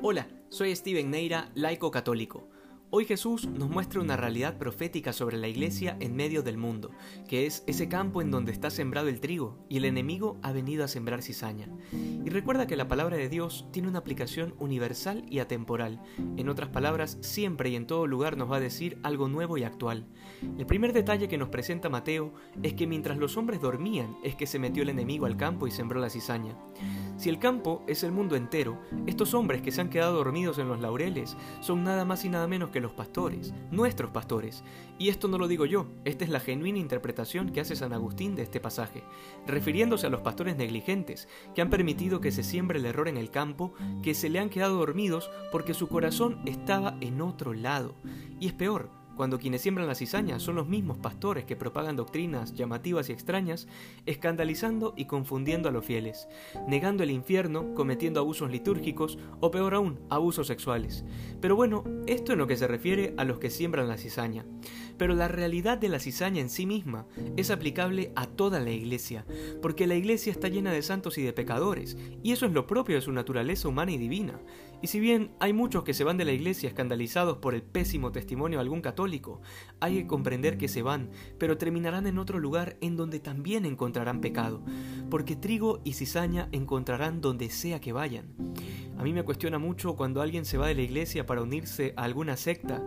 Hola, soy Steven Neira, laico católico. Hoy Jesús nos muestra una realidad profética sobre la iglesia en medio del mundo, que es ese campo en donde está sembrado el trigo y el enemigo ha venido a sembrar cizaña. Y recuerda que la palabra de Dios tiene una aplicación universal y atemporal. En otras palabras, siempre y en todo lugar nos va a decir algo nuevo y actual. El primer detalle que nos presenta Mateo es que mientras los hombres dormían es que se metió el enemigo al campo y sembró la cizaña. Si el campo es el mundo entero, estos hombres que se han quedado dormidos en los laureles son nada más y nada menos que los pastores, nuestros pastores. Y esto no lo digo yo, esta es la genuina interpretación que hace San Agustín de este pasaje, refiriéndose a los pastores negligentes, que han permitido que se siembre el error en el campo, que se le han quedado dormidos porque su corazón estaba en otro lado. Y es peor, cuando quienes siembran la cizaña son los mismos pastores que propagan doctrinas llamativas y extrañas, escandalizando y confundiendo a los fieles, negando el infierno, cometiendo abusos litúrgicos o peor aún, abusos sexuales. Pero bueno, esto en lo que se refiere a los que siembran la cizaña. Pero la realidad de la cizaña en sí misma es aplicable a toda la iglesia, porque la iglesia está llena de santos y de pecadores, y eso es lo propio de su naturaleza humana y divina. Y si bien hay muchos que se van de la iglesia escandalizados por el pésimo testimonio de algún católico, hay que comprender que se van, pero terminarán en otro lugar en donde también encontrarán pecado, porque trigo y cizaña encontrarán donde sea que vayan. A mí me cuestiona mucho cuando alguien se va de la iglesia para unirse a alguna secta,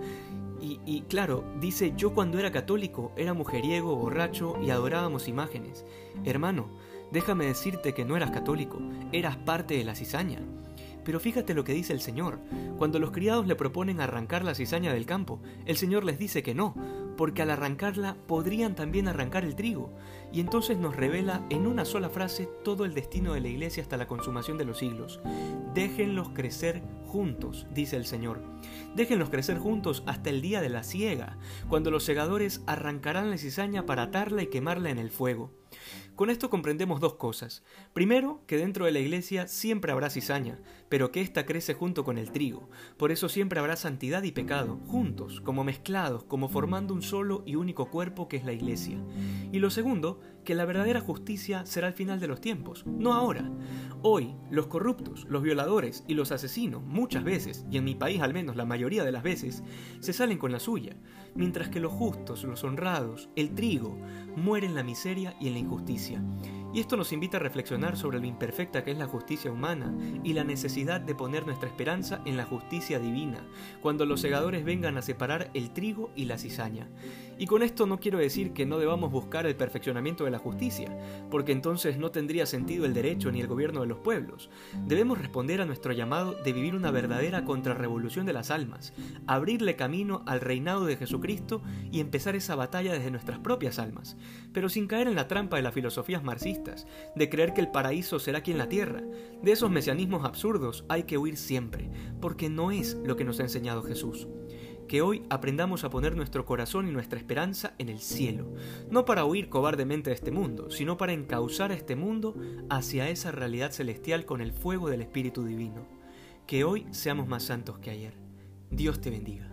y claro, dice: yo cuando era católico era mujeriego, borracho y adorábamos imágenes. Hermano, déjame decirte que no eras católico, eras parte de la cizaña. Pero fíjate lo que dice el Señor. Cuando los criados le proponen arrancar la cizaña del campo, el Señor les dice que no, porque al arrancarla podrían también arrancar el trigo. Y entonces nos revela en una sola frase todo el destino de la iglesia hasta la consumación de los siglos. Déjenlos crecer juntos, dice el Señor. Déjenlos crecer juntos hasta el día de la siega, cuando los segadores arrancarán la cizaña para atarla y quemarla en el fuego. Con esto comprendemos dos cosas. Primero, que dentro de la iglesia siempre habrá cizaña, pero que ésta crece junto con el trigo. Por eso siempre habrá santidad y pecado, juntos, como mezclados, como formando un solo y único cuerpo que es la iglesia. Y lo segundo, que la verdadera justicia será al final de los tiempos, no ahora. Hoy, los corruptos, los violadores y los asesinos, muchas veces, y en mi país al menos la mayoría de las veces, se salen con la suya, mientras que los justos, los honrados, el trigo, mueren en la miseria y en la injusticia. Y esto nos invita a reflexionar sobre lo imperfecta que es la justicia humana y la necesidad de poner nuestra esperanza en la justicia divina, cuando los segadores vengan a separar el trigo y la cizaña. Y con esto no quiero decir que no debamos buscar el perfeccionamiento de la justicia, porque entonces no tendría sentido el derecho ni el gobierno de los pueblos. Debemos responder a nuestro llamado de vivir una verdadera contrarrevolución de las almas, abrirle camino al reinado de Jesucristo y empezar esa batalla desde nuestras propias almas, pero sin caer en la trampa de las filosofías marxistas, de creer que el paraíso será aquí en la tierra. De esos mesianismos absurdos hay que huir siempre, porque no es lo que nos ha enseñado Jesús. Que hoy aprendamos a poner nuestro corazón y nuestra esperanza en el cielo, no para huir cobardemente de este mundo, sino para encauzar a este mundo hacia esa realidad celestial con el fuego del Espíritu Divino. Que hoy seamos más santos que ayer. Dios te bendiga.